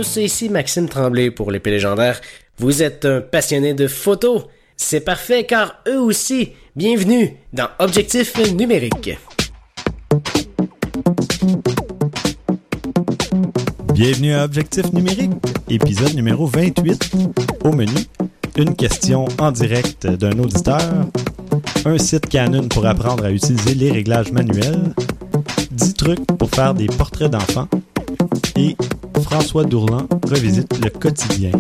tous, ici Maxime Tremblay pour l'épée légendaire. Vous êtes un passionné de photos? C'est parfait car eux aussi, bienvenue dans Objectif numérique. Bienvenue à Objectif numérique, épisode numéro 28. Au menu, une question en direct d'un auditeur, un site Canon pour apprendre à utiliser les réglages manuels, 10 trucs pour faire des portraits d'enfants et François Dourlan revisite le quotidien.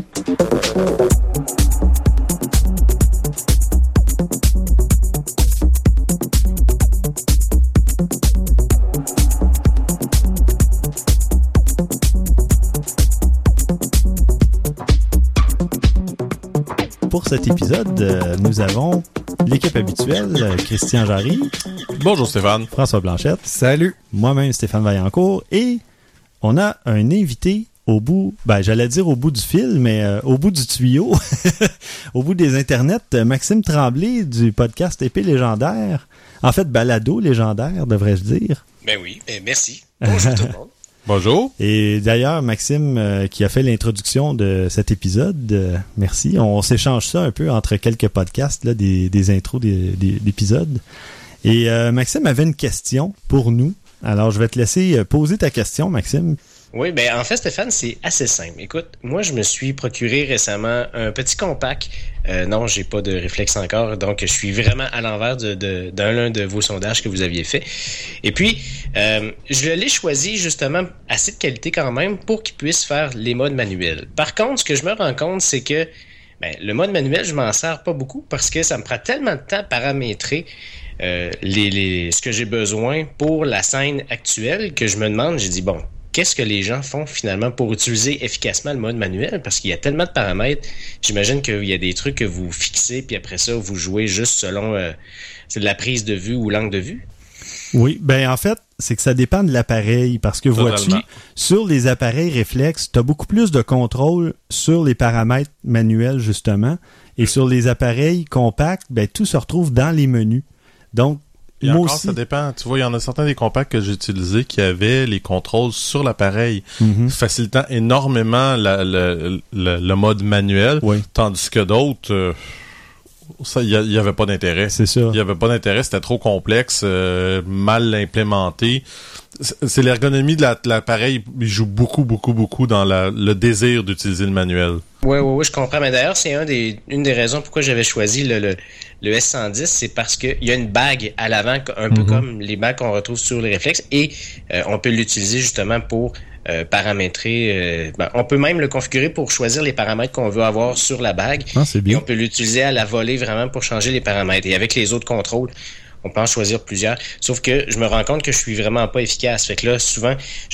Pour cet épisode, nous avons l'équipe habituelle, Christian Jarry. Bonjour Stéphane. François Blanchette. Salut. Moi-même, Stéphane Vaillancourt. Et on a un invité au bout, j'allais dire au bout du fil, mais au bout du tuyau, au bout des internets, Maxime Tremblay du podcast Épée légendaire. En fait, balado légendaire, devrais-je dire. Ben oui, merci. Bonjour tout le monde. Bonjour. Et d'ailleurs, Maxime, qui a fait l'introduction de cet épisode, merci. On s'échange ça un peu entre quelques podcasts, là, des intros d'épisodes. Et Maxime avait une question pour nous. Alors, je vais te laisser poser ta question, Maxime. Oui, en fait, Stéphane, c'est assez simple. Écoute, moi, je me suis procuré récemment un petit compact. Non, j'ai pas de réflexe encore, donc je suis vraiment à l'envers d'un l'un de vos sondages que vous aviez fait. Et puis, je l'ai choisi justement assez de qualité quand même pour qu'il puisse faire les modes manuels. Par contre, ce que je me rends compte, c'est que le mode manuel, je m'en sers pas beaucoup parce que ça me prend tellement de temps à paramétrer ce que j'ai besoin pour la scène actuelle que je me demande, j'ai dit, bon, qu'est-ce que les gens font finalement pour utiliser efficacement le mode manuel? Parce qu'il y a tellement de paramètres. J'imagine qu'il y a des trucs que vous fixez, puis après ça, vous jouez juste selon c'est de la prise de vue ou l'angle de vue? Oui, en fait, c'est que ça dépend de l'appareil. Parce que vois-tu, sur les appareils réflexes, tu as beaucoup plus de contrôle sur les paramètres manuels, justement. Et sur les appareils compacts, tout se retrouve dans les menus. Donc, et encore, ça dépend. Tu vois, il y en a certains des compacts que j'ai utilisés qui avaient les contrôles sur l'appareil, facilitant énormément le mode manuel, tandis que d'autres, il y avait pas d'intérêt. C'est ça. Il y avait pas d'intérêt, c'était trop complexe, mal implémenté. C'est l'ergonomie de l'appareil, il joue beaucoup dans le désir d'utiliser le manuel. Oui, je comprends. Mais d'ailleurs, c'est une des raisons pourquoi j'avais choisi le S110, c'est parce qu'il y a une bague à l'avant, un peu comme les bagues qu'on retrouve sur les réflexes, et on peut l'utiliser justement pour paramétrer. On peut même le configurer pour choisir les paramètres qu'on veut avoir sur la bague. Ah, c'est bien. Et on peut l'utiliser à la volée vraiment pour changer les paramètres. Et avec les autres contrôles, on peut en choisir plusieurs. Sauf que je me rends compte que je suis vraiment pas efficace. Fait que là, souvent,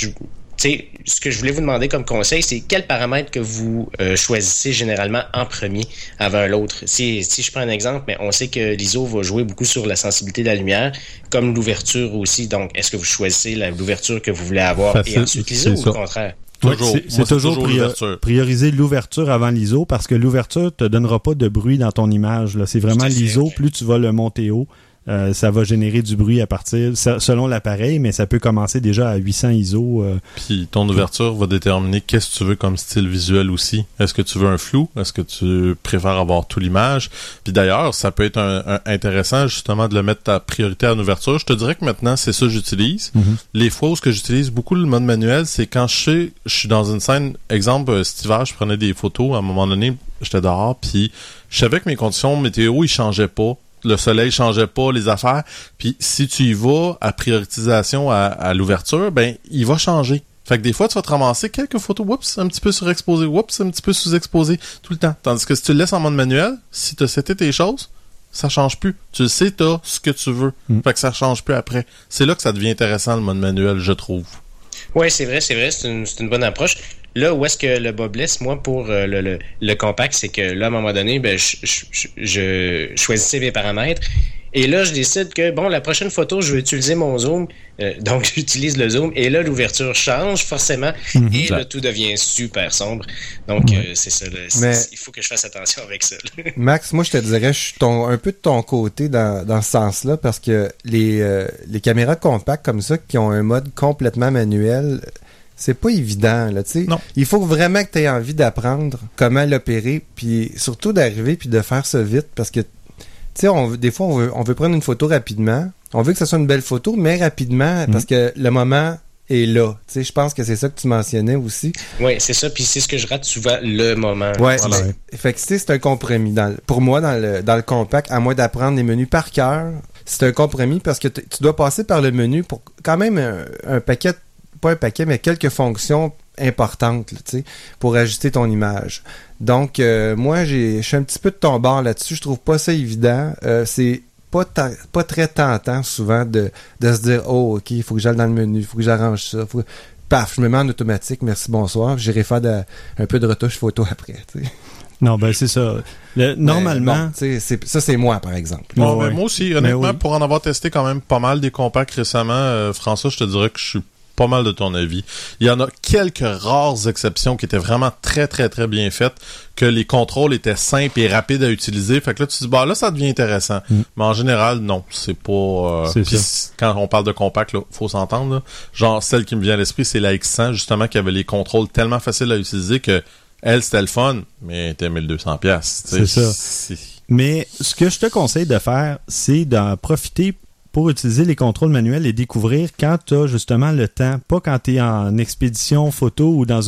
ce que je voulais vous demander comme conseil, c'est quels paramètres que vous choisissez généralement en premier avant l'autre. Si je prends un exemple, on sait que l'ISO va jouer beaucoup sur la sensibilité de la lumière, comme l'ouverture aussi. Donc, est-ce que vous choisissez l'ouverture que vous voulez avoir et ensuite l'ISO ou le contraire? C'est toujours prioriser l'ouverture avant l'ISO parce que l'ouverture te donnera pas de bruit dans ton image. Là. C'est vraiment l'ISO, plus tu vas le monter haut. Ça va générer du bruit à partir, selon l'appareil, mais ça peut commencer déjà à 800 ISO. Puis ton ouverture va déterminer qu'est-ce que tu veux comme style visuel aussi. Est-ce que tu veux un flou? Est-ce que tu préfères avoir toute l'image? Puis d'ailleurs, ça peut être intéressant justement de le mettre à priorité en ouverture. Je te dirais que maintenant, c'est ça que j'utilise. Les fois où j'utilise beaucoup le mode manuel, c'est quand je suis dans une scène, exemple, cet hiver, je prenais des photos, à un moment donné, j'étais dehors, puis je savais que mes conditions météo, ils changeaient pas. Le soleil changeait pas, les affaires. Puis si tu y vas à prioritisation à l'ouverture, il va changer. Fait que des fois, tu vas te ramasser quelques photos, un petit peu surexposées, un petit peu sous-exposées, tout le temps. Tandis que si tu le laisses en mode manuel, si tu as seté tes choses, ça change plus. Tu le sais, tu as ce que tu veux. Fait que ça change plus après. C'est là que ça devient intéressant, le mode manuel, je trouve. Oui, c'est vrai, c'est une bonne approche. Là où est-ce que le bas blesse, moi, pour le compact, c'est que là, à un moment donné, je choisissais mes paramètres. Et là, je décide que, la prochaine photo, je vais utiliser mon zoom. Donc, j'utilise le zoom. Et là, l'ouverture change forcément. Et là, tout devient super sombre. Donc, c'est ça. Il faut que je fasse attention avec ça. Max, moi, je te dirais, je suis un peu de ton côté dans ce sens-là, parce que les caméras compactes comme ça, qui ont un mode complètement manuel, c'est pas évident, là, tu sais. Non. Il faut vraiment que tu aies envie d'apprendre comment l'opérer, puis surtout d'arriver puis de faire ça vite, parce que, tu sais, des fois, on veut prendre une photo rapidement. On veut que ce soit une belle photo, mais rapidement, parce que le moment est là. Tu sais, je pense que c'est ça que tu mentionnais aussi. Oui, c'est ça, puis c'est ce que je rate souvent, le moment. Ouais, Voilà. fait que, tu sais, c'est un compromis. Pour moi, dans le compact, à moins d'apprendre les menus par cœur, c'est un compromis parce que tu dois passer par le menu pour quand même un paquet, pas un paquet, mais quelques fonctions importantes, là, tu sais, pour ajuster ton image. Donc, moi, je suis un petit peu de ton bord là-dessus. Je trouve pas ça évident. C'est pas très tentant souvent de se dire « Oh, OK, il faut que j'aille dans le menu, il faut que j'arrange ça. » Paf, je me mets en automatique, merci, bonsoir. J'irai faire un peu de retouche photo après, tu sais. Non, ben c'est ça. Normalement... Bon, ça, c'est moi, par exemple. Bon, Ouais. mais moi aussi, honnêtement, oui. pour en avoir testé quand même pas mal des compacts récemment, François, je te dirais que je suis pas mal de ton avis. Il y en a quelques rares exceptions qui étaient vraiment très, très, très bien faites, que les contrôles étaient simples et rapides à utiliser. Fait que là, tu te dis, bah là, ça devient intéressant. Mais en général, non, c'est pas... quand on parle de compact, là, faut s'entendre, là. Genre, celle qui me vient à l'esprit, c'est la X100, justement, qui avait les contrôles tellement faciles à utiliser que elle, c'était le fun, mais elle était 1200$. C'est ça. Mais ce que je te conseille de faire, c'est d'en profiter pour utiliser les contrôles manuels et découvrir quand tu as justement le temps, pas quand tu es en expédition photo ou dans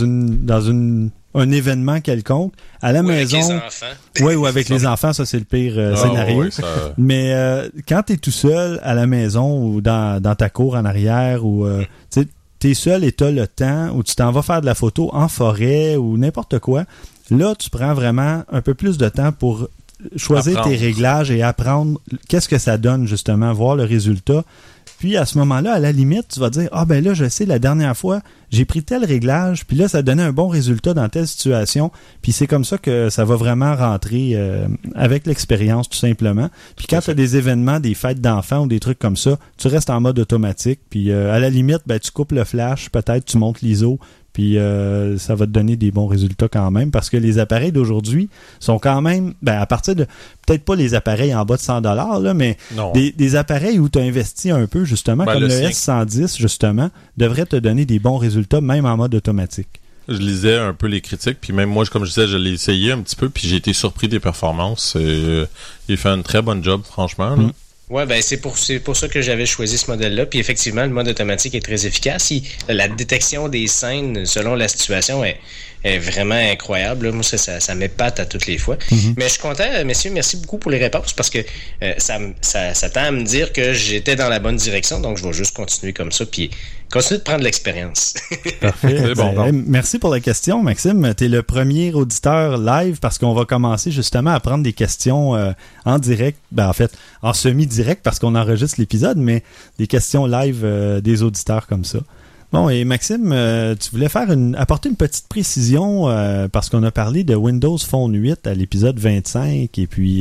un événement quelconque, à la maison. Avec les enfants. Oui, ou avec les enfants, ça c'est le pire scénario. Ouais, ça... Mais quand tu es tout seul à la maison ou dans ta cour en arrière ou tu sais, t'es seul et t'as le temps ou tu t'en vas faire de la photo en forêt ou n'importe quoi, là tu prends vraiment un peu plus de temps pour choisir tes réglages et apprendre qu'est-ce que ça donne justement, voir le résultat. Puis à ce moment-là, à la limite, tu vas dire « Ah ben là, je sais, la dernière fois, j'ai pris tel réglage, puis là, ça donnait un bon résultat dans telle situation. » Puis c'est comme ça que ça va vraiment rentrer avec l'expérience, tout simplement. Puis quand tu as des événements, des fêtes d'enfants ou des trucs comme ça, tu restes en mode automatique. Puis à la limite, ben tu coupes le flash, peut-être tu montes l'ISO, puis ça va te donner des bons résultats quand même, parce que les appareils d'aujourd'hui sont quand même, ben à partir de, peut-être pas les appareils en bas de 100$, là, mais des appareils où tu as investi un peu, justement, comme le S110, justement, devrait te donner des bons résultats, même en mode automatique. Je lisais un peu les critiques, puis même moi, comme je disais, je l'ai essayé un petit peu, puis j'ai été surpris des performances. Il fait un très bon job, franchement. Là. Ouais, ben c'est pour ça que j'avais choisi ce modèle-là. Puis effectivement, le mode automatique est très efficace. La détection des scènes selon la situation est vraiment incroyable. Là. Moi, ça m'épate à toutes les fois. Mais je suis content, messieurs, merci beaucoup pour les réponses parce que ça tend à me dire que j'étais dans la bonne direction. Donc, je vais juste continuer comme ça puis continuer de prendre l'expérience. Parfait. Merci pour la question, Maxime. Tu es le premier auditeur live parce qu'on va commencer justement à prendre des questions en direct. Ben, en fait, en semi-direct parce qu'on enregistre l'épisode, mais des questions live des auditeurs comme ça. Bon, et Maxime, tu voulais apporter une petite précision parce qu'on a parlé de Windows Phone 8 à l'épisode 25 et puis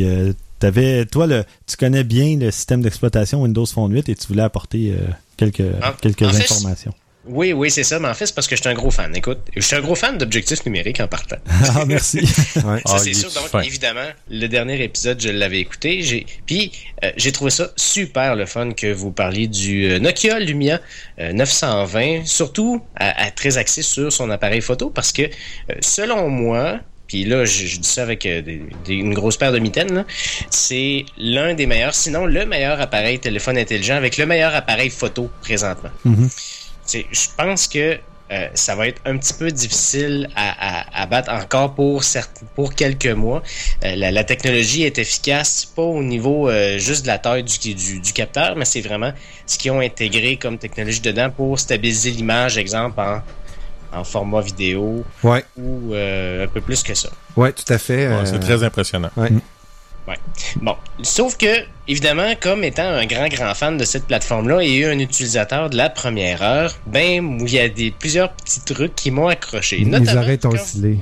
tu connais bien le système d'exploitation Windows Phone 8 et tu voulais apporter quelques informations. Oui, c'est ça. Mais en fait, c'est parce que je suis un gros fan. Écoute, je suis un gros fan d'objectifs numériques en partant. Ah, merci. Ouais. Ça, c'est sûr. Donc, évidemment, le dernier épisode, je l'avais écouté. Puis, j'ai trouvé ça super le fun que vous parliez du Nokia Lumia 920, surtout très axé sur son appareil photo, parce que, selon moi, puis là, je dis ça avec une grosse paire de mitaines, là, c'est l'un des meilleurs, sinon le meilleur appareil téléphone intelligent avec le meilleur appareil photo présentement. Je pense que ça va être un petit peu difficile à battre encore pour quelques mois. La technologie est efficace, pas au niveau juste de la taille du capteur, mais c'est vraiment ce qu'ils ont intégré comme technologie dedans pour stabiliser l'image, exemple en format vidéo ou un peu plus que ça. Oui, tout à fait. C'est très impressionnant. Ouais. Ouais. Bon, sauf que, évidemment, comme étant un grand fan de cette plateforme-là et un utilisateur de la première heure, ben, il y a plusieurs petits trucs qui m'ont accroché. Les oreilles ont oscillé.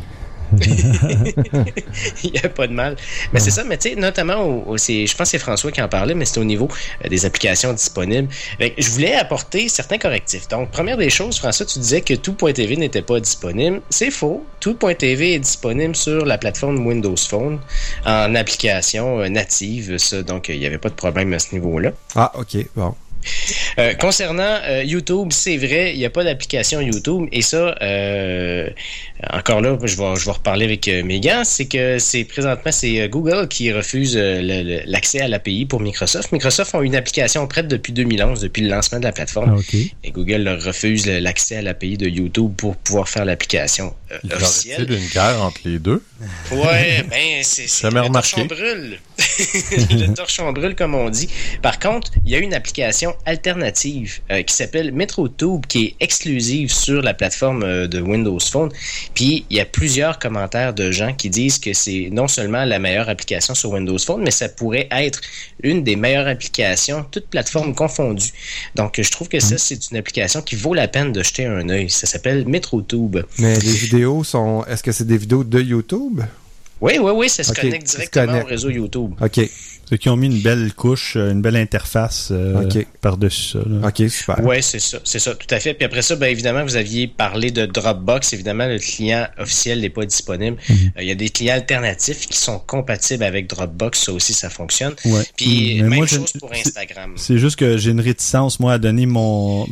Il n'y a pas de mal. Mais c'est ça, mais tu sais, notamment, je pense que c'est François qui en parlait, mais c'est au niveau des applications disponibles. Je voulais apporter certains correctifs. Donc, première des choses, François, tu disais que tout.tv n'était pas disponible. C'est faux. Tout.tv est disponible sur la plateforme Windows Phone en application native. Ça, donc, il n'y avait pas de problème à ce niveau-là. Ah, OK. Bon. Concernant YouTube, c'est vrai, il n'y a pas d'application YouTube. Et ça, encore là, je vais reparler avec Megan, c'est que présentement, c'est Google qui refuse l'accès à l'API pour Microsoft. Microsoft ont une application prête depuis 2011, depuis le lancement de la plateforme. Okay. Et Google leur refuse l'accès à l'API de YouTube pour pouvoir faire l'application officielle. Y aurait-il une guerre entre les deux? Ouais, ben, c'est jamais le torchon remarqué. brûle. Le torchon brûle, comme on dit. Par contre, il y a une application alternative qui s'appelle MetroTube, qui est exclusive sur la plateforme de Windows Phone. Puis, il y a plusieurs commentaires de gens qui disent que c'est non seulement la meilleure application sur Windows Phone, mais ça pourrait être une des meilleures applications, toutes plateformes confondues. Donc, je trouve que ça, c'est une application qui vaut la peine de jeter un œil. Ça s'appelle MetroTube. Mais les vidéos sont... Est-ce que c'est des vidéos de YouTube? Oui, ça se connecte directement au réseau YouTube. OK. Ceux qui ont mis une belle couche, une belle interface par-dessus ça. Là. OK, super. Oui, c'est ça, tout à fait. Puis après ça, bien évidemment, vous aviez parlé de Dropbox. Évidemment, le client officiel n'est pas disponible. Il y a des clients alternatifs qui sont compatibles avec Dropbox. Ça aussi, ça fonctionne. Ouais. Puis Mais même moi, chose pour Instagram. C'est juste que j'ai une réticence, moi, à donner mon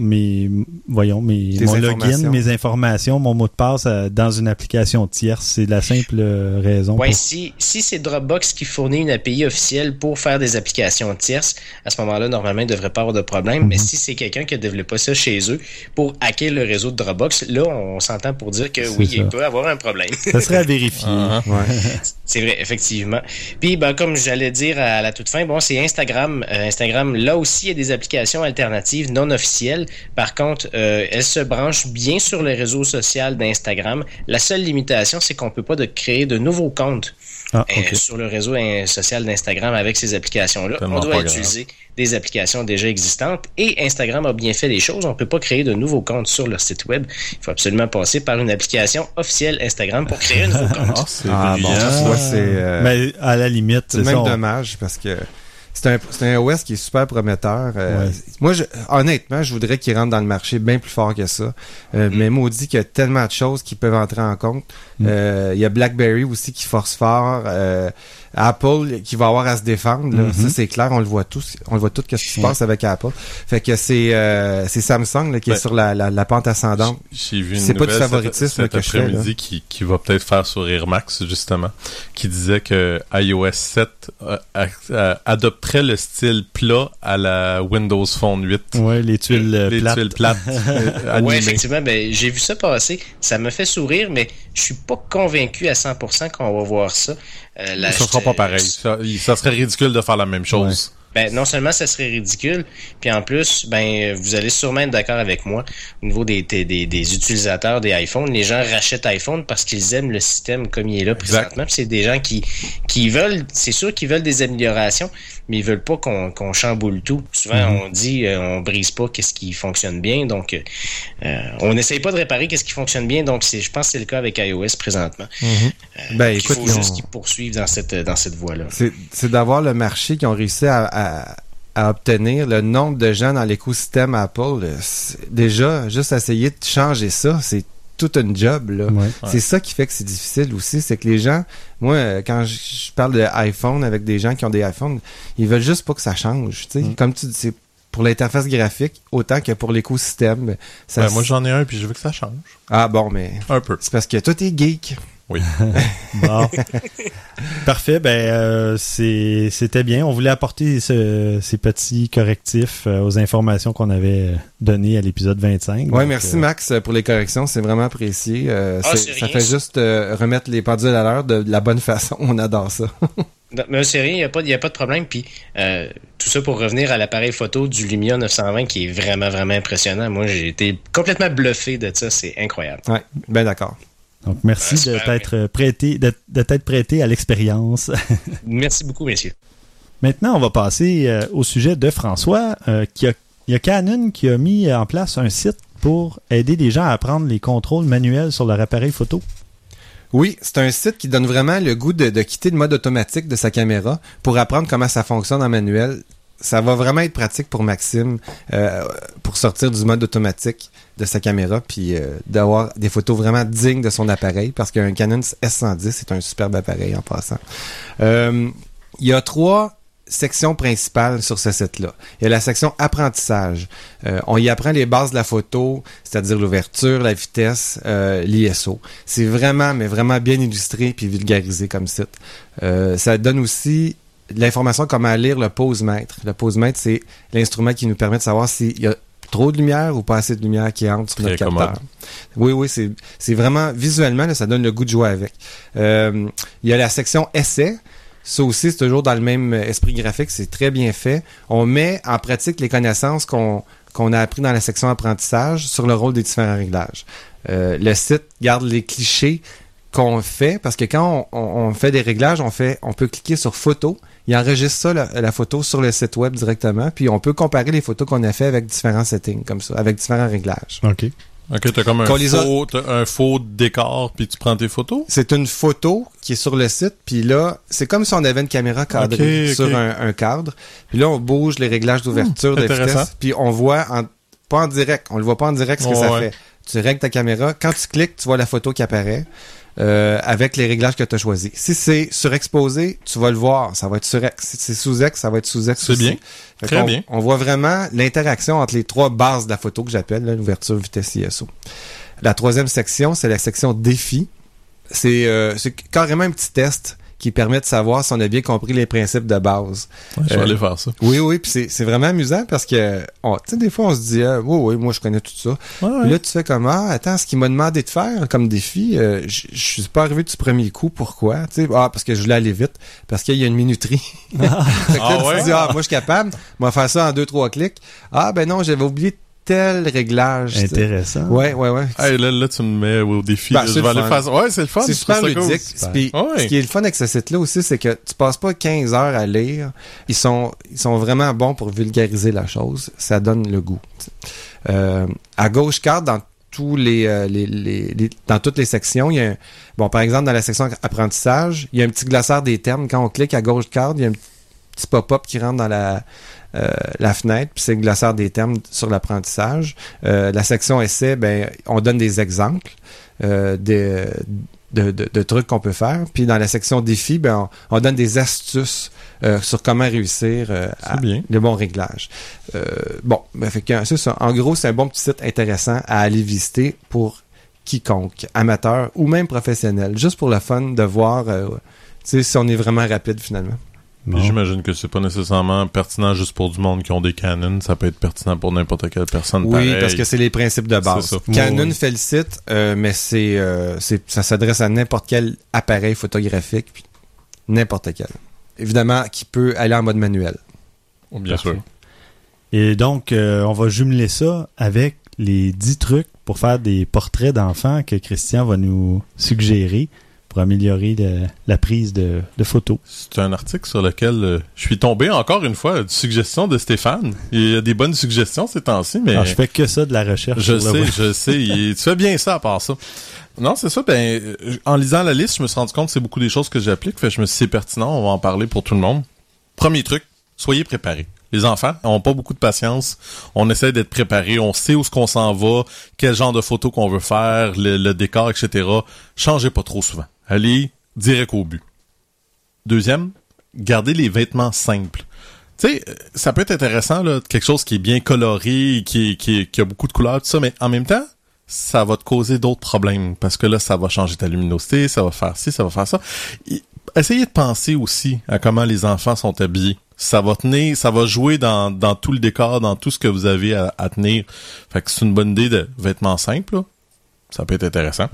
login, mes informations, mon mot de passe dans une application tierce. C'est la simple raison. Oui, si c'est Dropbox qui fournit une API officielle pour faire des applications tierces, à ce moment-là, normalement, il ne devrait pas avoir de problème. Mais si c'est quelqu'un qui a développé ça chez eux pour hacker le réseau de Dropbox, là, on s'entend pour dire que oui, il peut avoir un problème. Ça serait à vérifier. C'est vrai, effectivement. Puis, comme j'allais dire à la toute fin, c'est Instagram. Instagram, là aussi, il y a des applications alternatives non officielles. Par contre, elles se branchent bien sur le réseau social d'Instagram. La seule limitation, c'est qu'on ne peut pas créer de nouveaux comptes sur le réseau social d'Instagram avec ces applications-là. On doit utiliser des applications déjà existantes et Instagram a bien fait les choses. On ne peut pas créer de nouveaux comptes sur leur site web. Il faut absolument passer par une application officielle Instagram pour créer un nouveau compte. Mais à la limite, c'est même dommage parce que c'est un OS qui est super prometteur. Moi, honnêtement, je voudrais qu'il rentre dans le marché bien plus fort que ça. Mais maudit qu'il y a tellement de choses qui peuvent entrer en compte. Il y a BlackBerry aussi qui force fort. Apple qui va avoir à se défendre. Là. Ça, c'est clair, on le voit tous. On le voit tout qu'est-ce qui se passe avec Apple. Fait que c'est Samsung là, qui est sur la pente ascendante. J'ai vu une c'est pas du favoritisme cet après-midi qui va peut-être faire sourire Max, justement, qui disait que iOS 7 adopterait le style plat à la Windows Phone 8. Oui, les tuiles plates. Oui, effectivement, j'ai vu ça passer. Ça me fait sourire, mais je suis pas convaincu à 100% qu'on va voir ça. Ça sera pas pareil. Ça serait ridicule de faire la même chose. Non seulement ça serait ridicule, puis en plus, vous allez sûrement être d'accord avec moi au niveau des utilisateurs des iPhones. Les gens rachètent iPhone parce qu'ils aiment le système comme il est là présentement. Puis c'est des gens qui veulent, c'est sûr qu'ils veulent des améliorations, mais ils veulent pas qu'on chamboule tout. Souvent, on dit on brise pas qu'est-ce qui fonctionne bien, donc on n'essaye pas de réparer qu'est-ce qui fonctionne bien. Donc je pense que c'est le cas avec iOS présentement. Écoute, il faut juste qu'ils poursuivent dans cette voie-là. C'est d'avoir le marché qui ont réussi à obtenir le nombre de gens dans l'écosystème Apple. Déjà, juste essayer de changer ça, c'est tout un job. Là. C'est ça qui fait que c'est difficile aussi, c'est que les gens, moi, quand je parle de iPhone avec des gens qui ont des iPhones, ils veulent juste pas que ça change. Comme tu dis, c'est pour l'interface graphique autant que pour l'écosystème. Moi, j'en ai un puis je veux que ça change. Ah bon, mais un peu. C'est parce que toi, t'es geek. Oui. Bon. Parfait. C'était bien. On voulait apporter ces petits correctifs aux informations qu'on avait données à l'épisode 25. Oui, merci Max pour les corrections. C'est vraiment apprécié. Ça fait juste remettre les pendules à l'heure de la bonne façon. On adore ça. Mais c'est rien, il n'y a pas de problème. Puis tout ça pour revenir à l'appareil photo du Lumia 920 qui est vraiment, vraiment impressionnant. Moi, j'ai été complètement bluffé de ça. C'est incroyable. Oui, bien d'accord. Donc, merci de t'être prêté à l'expérience. Merci beaucoup, messieurs. Maintenant, on va passer au sujet de François. Il y a Canon qui a mis en place un site pour aider les gens à apprendre les contrôles manuels sur leur appareil photo. Oui, c'est un site qui donne vraiment le goût de quitter le mode automatique de sa caméra pour apprendre comment ça fonctionne en manuel. Ça va vraiment être pratique pour Maxime pour sortir du mode automatique de sa caméra puis d'avoir des photos vraiment dignes de son appareil parce qu'un Canon S110 c'est un superbe appareil en passant. Il y a 3 sections principales sur ce site-là. Il y a la section apprentissage. On y apprend les bases de la photo, c'est-à-dire l'ouverture, la vitesse, l'ISO. C'est vraiment, mais vraiment bien illustré puis vulgarisé comme site. Ça donne aussi l'information comment lire le pose-mètre. Le pose-mètre, c'est l'instrument qui nous permet de savoir s'il y a trop de lumière ou pas assez de lumière qui entre sur notre capteur. Oui, c'est vraiment, visuellement, là, ça donne le goût de jouer avec. Il y a la section essai. Ça aussi, c'est toujours dans le même esprit graphique, c'est très bien fait. On met en pratique les connaissances qu'on a appris dans la section apprentissage sur le rôle des différents réglages. Le site garde les clichés qu'on fait, parce que quand on fait des réglages, on peut cliquer sur photo, il enregistre ça, la photo, sur le site web directement, puis on peut comparer les photos qu'on a fait avec différents settings, comme ça, avec différents réglages. OK, t'as comme un faux décor, puis tu prends tes photos? C'est une photo qui est sur le site, puis là, c'est comme si on avait une caméra cadrée sur un cadre, puis là, on bouge les réglages d'ouverture, de vitesse, puis on voit, pas en direct, on le voit pas en direct ce que ça fait. Tu règles ta caméra, quand tu cliques, tu vois la photo qui apparaît, avec les réglages que tu as choisis. Si c'est surexposé, tu vas le voir, ça va être surex. Si c'est sous-ex, ça va être sous-ex aussi. C'est bien. Très bien. On voit vraiment l'interaction entre les trois bases de la photo que j'appelle, là, l'ouverture, vitesse, ISO. La troisième section, c'est la section défi. C'est carrément un petit test qui permet de savoir si on a bien compris les principes de base. Ouais, je vais aller faire ça. Oui, puis c'est vraiment amusant parce que, tu sais, des fois, on se dit, oui, moi, je connais tout ça. Ouais. Puis là, tu fais comme, attends, ce qu'il m'a demandé de faire comme défi, je suis pas arrivé du premier coup, pourquoi? Tu sais, parce que je voulais aller vite, parce qu'il y a une minuterie. Fait que là, tu te dis, moi, je suis capable, on va faire ça en 2-3 clics. Ben non, j'avais oublié tel réglage. Intéressant. Ouais. Hey, là, tu me mets au défi. Ben, je vais aller faire ça. Ouais, c'est le fun. C'est super ludique. Puis, ce qui est le fun avec ce site-là aussi, c'est que tu passes pas 15 heures à lire. Ils sont vraiment bons pour vulgariser la chose. Ça donne le goût. À gauche carte, dans tous dans toutes les sections, il y a par exemple, dans la section apprentissage, il y a un petit glossaire des termes. Quand on clique à gauche carte, il y a un petit pop-up qui rentre dans la fenêtre, puis c'est le glossaire des termes sur l'apprentissage. La section essai, on donne des exemples de trucs qu'on peut faire. Puis dans la section défi, on donne des astuces sur comment réussir le bon réglage. Fait que c'est ça. En gros, c'est un bon petit site intéressant à aller visiter pour quiconque, amateur ou même professionnel, juste pour le fun de voir si on est vraiment rapide finalement. Puis j'imagine que c'est pas nécessairement pertinent juste pour du monde qui ont des Canon, ça peut être pertinent pour n'importe quelle personne. Oui, pareil. parce que c'est les principes de base. Canon fait le site, mais ça s'adresse à n'importe quel appareil photographique, puis n'importe quel. Évidemment, qui peut aller en mode manuel. Bien sûr. Et donc, on va jumeler ça avec les 10 trucs pour faire des portraits d'enfants que Christian va nous suggérer pour améliorer la prise de photos. C'est un article sur lequel je suis tombé encore une fois, une suggestion de Stéphane. Il y a des bonnes suggestions ces temps-ci, mais... Alors, je fais que ça de la recherche. Je sais. Tu fais bien ça à part ça. Non, c'est ça. En lisant la liste, je me suis rendu compte que c'est beaucoup des choses que j'applique. Fait que je me suis dit, c'est pertinent, on va en parler pour tout le monde. Premier truc, soyez préparés. Les enfants n'ont pas beaucoup de patience. On essaie d'être préparés. On sait où est-ce qu'on s'en va, quel genre de photos qu'on veut faire, le décor, etc. Changez pas trop souvent. Allez direct au but. Deuxième, gardez les vêtements simples. Tu sais, ça peut être intéressant, là, quelque chose qui est bien coloré, qui a beaucoup de couleurs, tout ça, mais en même temps, ça va te causer d'autres problèmes. Parce que là, ça va changer ta luminosité, ça va faire ci, ça va faire ça. Essayez de penser aussi à comment les enfants sont habillés. Ça va jouer dans tout le décor, dans tout ce que vous avez à tenir. Fait que c'est une bonne idée de vêtements simples, là. Ça peut être intéressant.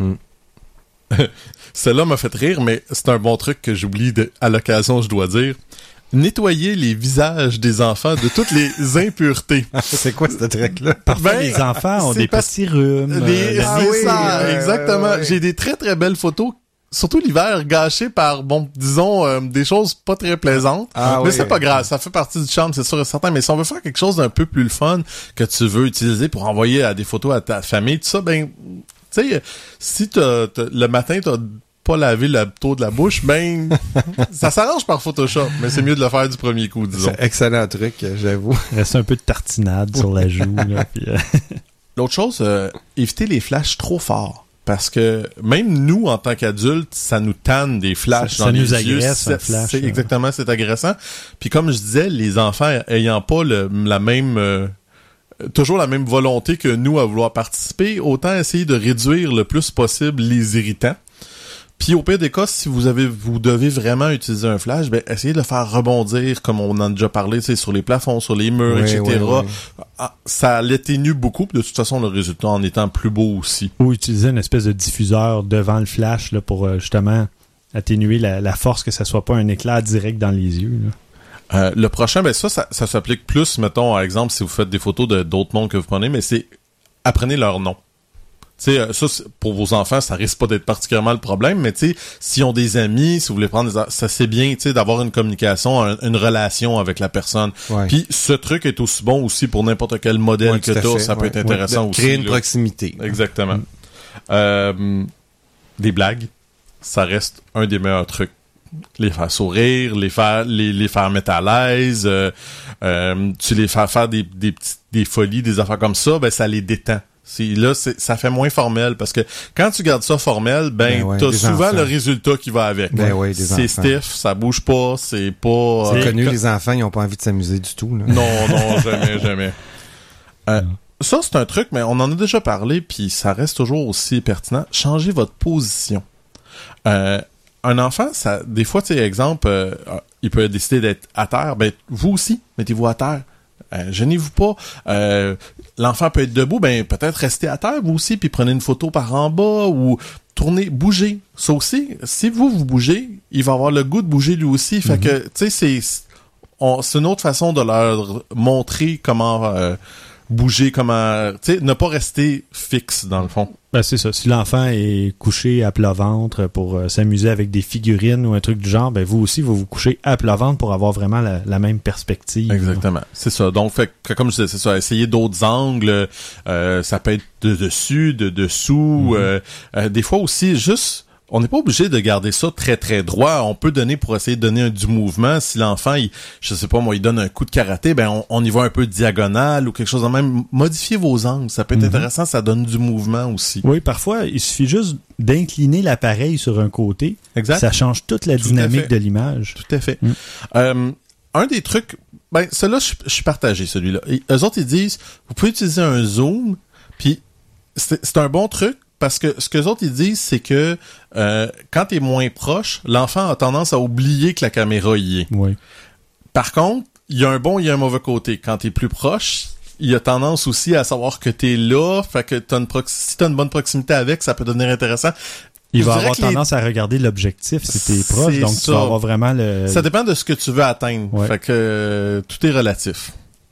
Celle-là m'a fait rire, mais c'est un bon truc que j'oublie à l'occasion, je dois dire. Nettoyer les visages des enfants de toutes les impuretés. C'est quoi ce truc-là? Parfois, les enfants ont des petits rhumes. Exactement. Ouais. J'ai des très, très belles photos, surtout l'hiver, gâchées par, disons, des choses pas très plaisantes. Mais c'est pas grave, ça fait partie du charme, c'est sûr et certain. Mais si on veut faire quelque chose d'un peu plus fun que tu veux utiliser pour envoyer à des photos à ta famille, tout ça, tu sais, si le matin, t'as pas lavé le taux de la bouche, ça s'arrange par Photoshop, mais c'est mieux de le faire du premier coup, disons. C'est excellent truc, j'avoue. Reste un peu de tartinade sur la joue. Là, puis, L'autre chose, évitez les flashs trop forts. parce que même nous, en tant qu'adultes, ça nous tanne des flashs dans les yeux. Ça nous agresse, un flash. C'est exactement, c'est agressant. Puis comme je disais, les enfants ayant pas la même... toujours la même volonté que nous à vouloir participer, autant essayer de réduire le plus possible les irritants. Puis au pire des cas, si vous devez vraiment utiliser un flash, ben essayez de le faire rebondir, comme on en a déjà parlé, sur les plafonds, sur les murs, etc. Oui. Ça l'atténue beaucoup, puis de toute façon, le résultat en étant plus beau aussi. Ou utiliser une espèce de diffuseur devant le flash là, pour justement atténuer la force, que ça soit pas un éclair direct dans les yeux. Là. Le prochain, ben ça s'applique plus, mettons, par exemple, si vous faites des photos d'autres mondes que vous prenez, mais c'est apprenez leur nom. Tu sais, ça, pour vos enfants, ça risque pas d'être particulièrement le problème, mais tu sais, s'ils ont des amis, si vous voulez prendre ça, c'est bien, tu sais, d'avoir une communication, une relation avec la personne. Ouais. Puis ce truc est aussi bon aussi pour n'importe quel modèle que t'as, ça peut être intéressant aussi. Créer une proximité. Exactement. Des blagues, ça reste un des meilleurs trucs. Les faire sourire, les faire mettre à l'aise, tu les fais faire des folies, des affaires comme ça, ben ça les détend. Ça fait moins formel, parce que quand tu gardes ça formel, t'as souvent enfants. Le résultat qui va avec. C'est stiff, ça bouge pas, c'est pas... C'est connu, les enfants, ils ont pas envie de s'amuser du tout. Là. Non, jamais. Ça, c'est un truc, mais on en a déjà parlé, puis ça reste toujours aussi pertinent. Changez votre position. Un enfant, ça, des fois, tu sais, exemple, il peut décider d'être à terre, ben vous aussi, mettez-vous à terre. Gênez-vous pas. L'enfant peut être debout, ben peut-être rester à terre vous aussi, puis prenez une photo par en bas ou tournez, bougez. Ça aussi, si vous bougez, il va avoir le goût de bouger lui aussi. Fait que, tu sais, c'est une autre façon de leur montrer comment bouger, comment, tu sais, ne pas rester fixe dans le fond. Ben c'est ça. Si l'enfant est couché à plat ventre pour s'amuser avec des figurines ou un truc du genre, ben vous aussi, vous couchez à plat ventre pour avoir vraiment la même perspective. Exactement. C'est ça. Donc, comme je disais, c'est ça. Essayer d'autres angles. Ça peut être de dessus, de dessous. Des fois aussi, juste... On n'est pas obligé de garder ça très très droit. On peut donner pour essayer de donner du mouvement. Si l'enfant, je sais pas moi, il donne un coup de karaté, ben on y va un peu diagonal ou quelque chose de même. Modifiez vos angles, ça peut être intéressant, ça donne du mouvement aussi. Oui, parfois il suffit juste d'incliner l'appareil sur un côté. Exact. Ça change toute la dynamique de l'image. Tout à fait. Un des trucs, celui-là, je suis partagé, celui-là. Eux autres, ils disent, vous pouvez utiliser un zoom, puis c'est un bon truc. Parce que ce que les autres ils disent, c'est que quand t'es moins proche, l'enfant a tendance à oublier que la caméra y est. Oui. Par contre, il y a un bon, il y a un mauvais côté. Quand t'es plus proche, il a tendance aussi à savoir que t'es là, fait que si t'as une bonne proximité avec, ça peut devenir intéressant. Il va avoir tendance à regarder l'objectif si t'es proche, donc tu vas avoir vraiment le... Ça dépend de ce que tu veux atteindre. Ouais. Fait que tout est relatif.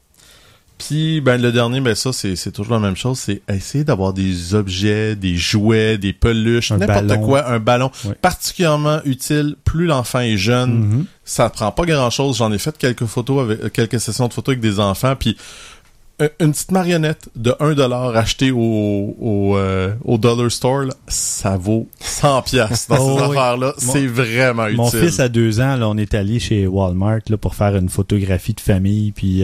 Puis, le dernier, ça, c'est toujours la même chose, c'est essayer d'avoir des objets, des jouets, des peluches, n'importe quoi, un ballon, particulièrement utile, plus l'enfant est jeune, ça prend pas grand-chose, j'en ai fait quelques sessions de photos avec des enfants, puis une petite marionnette de 1$ achetée au dollar store, là, ça vaut 100$ dans ces affaires-là. C'est vraiment utile. Mon fils a 2 ans, là, on est allé chez Walmart là, pour faire une photographie de famille, puis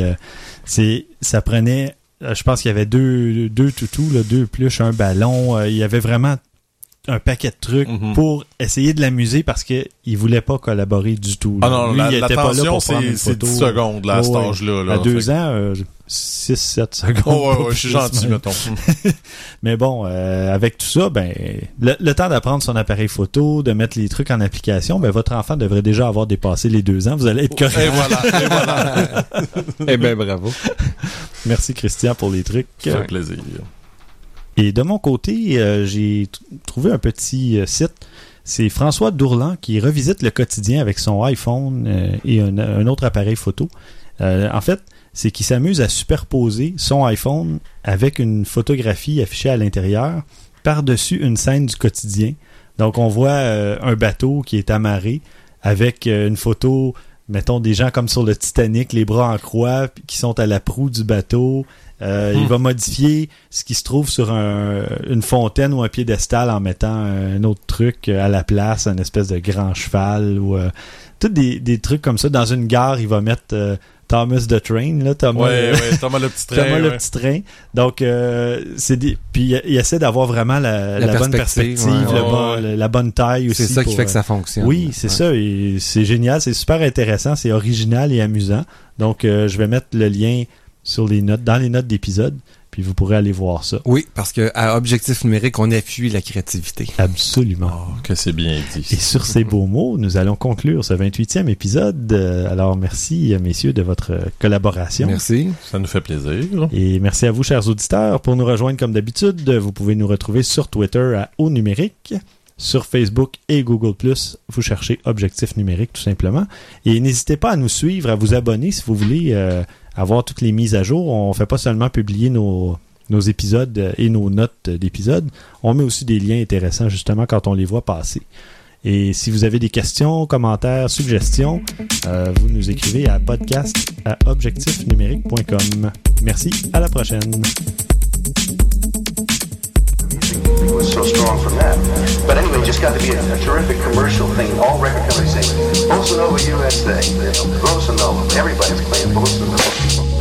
ça prenait, je pense qu'il y avait deux toutous, là, 2 pluches, un ballon, il y avait vraiment un paquet de trucs pour essayer de l'amuser parce que il voulait pas collaborer du tout. Là. Ah non, lui, il était pas là pour prendre une photo. C'est 10 secondes là, à cet âge-là. Là, à 2 ans, 6-7 secondes. Oh ouais, je suis gentil, mettons. Mais bon, avec tout ça, le temps d'apprendre son appareil photo, de mettre les trucs en application, votre enfant devrait déjà avoir dépassé les 2 ans. Vous allez être correct. Et voilà. Eh bien, bravo. Merci Christian pour les trucs. Ça fait plaisir. Et de mon côté, j'ai trouvé un petit site. C'est François Dourlan qui revisite le quotidien avec son iPhone et un autre appareil photo. En fait, c'est qu'il s'amuse à superposer son iPhone avec une photographie affichée à l'intérieur par-dessus une scène du quotidien. Donc, on voit un bateau qui est amarré avec une photo, mettons, des gens comme sur le Titanic, les bras en croix, qui sont à la proue du bateau. Il va modifier ce qui se trouve sur une fontaine ou un piédestal en mettant un autre truc à la place, une espèce de grand cheval ou tous des trucs comme ça. Dans une gare, il va mettre Thomas the Train, là, Thomas, Thomas le petit train. Thomas le petit train. Donc, puis il essaie d'avoir vraiment la bonne perspective, la bonne taille aussi. C'est ça qui fait que ça fonctionne. Oui, c'est ça. Et c'est génial, c'est super intéressant, c'est original et amusant. Donc, je vais mettre le lien dans les notes d'épisode. Puis vous pourrez aller voir ça. Oui, parce qu'à Objectif Numérique, on appuie la créativité. Absolument. Oh, que c'est bien dit. Et sur ces beaux mots, nous allons conclure ce 28e épisode. Alors, merci, messieurs, de votre collaboration. Merci. Ça nous fait plaisir. Et merci à vous, chers auditeurs. Pour nous rejoindre comme d'habitude, vous pouvez nous retrouver sur Twitter à Au Numérique. Sur Facebook et Google+, vous cherchez Objectif Numérique, tout simplement. Et n'hésitez pas à nous suivre, à vous abonner si vous voulez avoir toutes les mises à jour. On ne fait pas seulement publier nos épisodes et nos notes d'épisodes. On met aussi des liens intéressants, justement, quand on les voit passer. Et si vous avez des questions, commentaires, suggestions, vous nous écrivez à podcast@objectifnumérique.com. Merci, à la prochaine. Was so strong from that. But anyway, it just got to be a terrific commercial thing. All record companies saying, Bossa Nova USA, Bossa Nova. Everybody's playing Bossa Nova.